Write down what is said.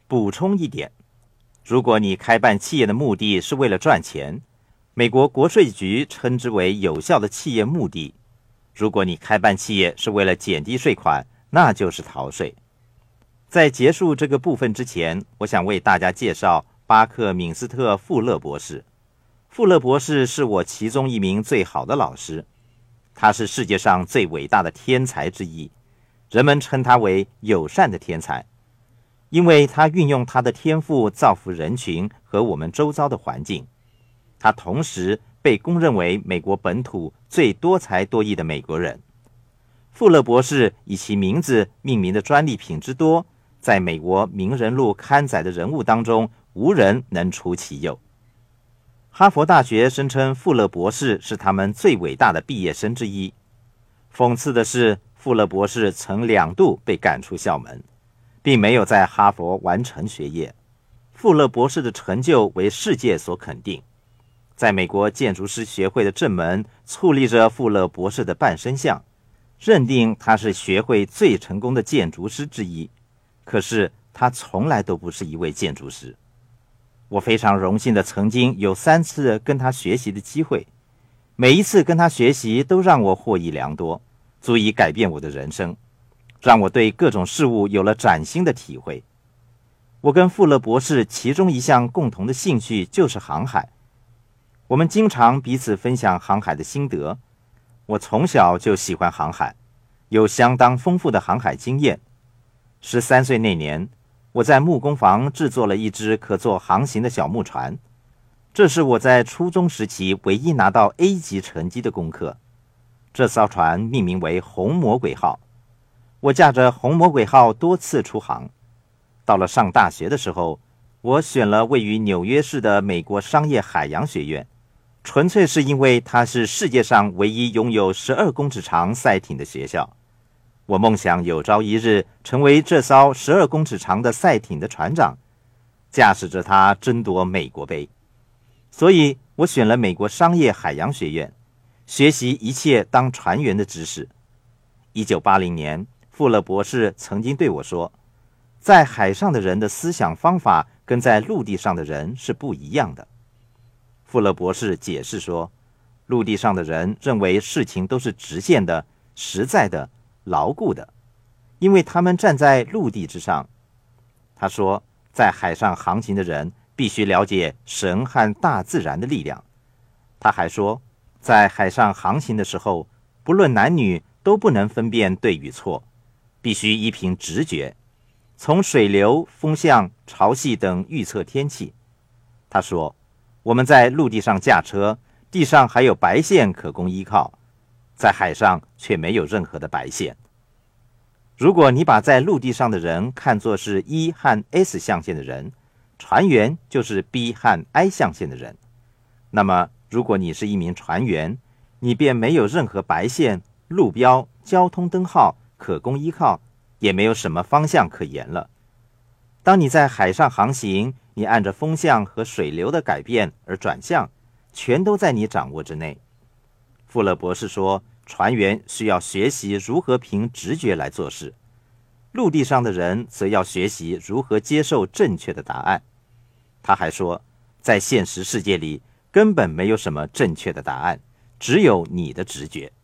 补充一点，如果你开办企业的目的是为了赚钱，美国国税局称之为有效的企业目的；如果你开办企业是为了减低税款，那就是逃税。在结束这个部分之前，我想为大家介绍巴克敏斯特·富勒博士。富勒博士是我其中一名最好的老师，他是世界上最伟大的天才之一，人们称他为友善的天才，因为他运用他的天赋造福人群和我们周遭的环境。他同时被公认为美国本土最多才多艺的美国人。富勒博士以其名字命名的专利品之多，在美国名人录刊载的人物当中，无人能出其右。哈佛大学声称富勒博士是他们最伟大的毕业生之一。讽刺的是，富勒博士曾2度被赶出校门，并没有在哈佛完成学业。富勒博士的成就为世界所肯定，在美国建筑师学会的正门矗立着富勒博士的半身像，认定他是学会最成功的建筑师之一。可是他从来都不是一位建筑师。我非常荣幸的曾经有3次跟他学习的机会，每一次跟他学习都让我获益良多，足以改变我的人生，让我对各种事物有了崭新的体会。我跟富勒博士其中一项共同的兴趣就是航海，我们经常彼此分享航海的心得。我从小就喜欢航海，有相当丰富的航海经验。13岁那年，我在木工房制作了一只可做航行的小木船，这是我在初中时期唯一拿到 A 级成绩的功课。这艘船命名为红魔鬼号，我驾着红魔鬼号多次出航。到了上大学的时候，我选了位于纽约市的美国商业海洋学院，纯粹是因为它是世界上唯一拥有12公尺长赛艇的学校。我梦想有朝一日成为这艘12公尺长的赛艇的船长，驾驶着它争夺美国杯。所以我选了美国商业海洋学院，学习一切当船员的知识。1980年，富勒博士曾经对我说，在海上的人的思想方法跟在陆地上的人是不一样的。富勒博士解释说，陆地上的人认为事情都是直线的、实在的、牢固的，因为他们站在陆地之上。他说，在海上航行的人必须了解神和大自然的力量。他还说，在海上航行的时候，不论男女都不能分辨对与错，必须依凭直觉，从水流、风向、潮汐等预测天气。他说，我们在陆地上驾车，地上还有白线可供依靠，在海上却没有任何的白线。如果你把在陆地上的人看作是 E 和 S 象限的人，船员就是 B 和 I 象限的人，那么如果你是一名船员，你便没有任何白线、路标、交通灯号可供依靠，也没有什么方向可言了。当你在海上航行，你按着风向和水流的改变而转向，全都在你掌握之内。富勒博士说，船员需要学习如何凭直觉来做事，陆地上的人则要学习如何接受正确的答案。他还说，在现实世界里根本没有什么正确的答案，只有你的直觉。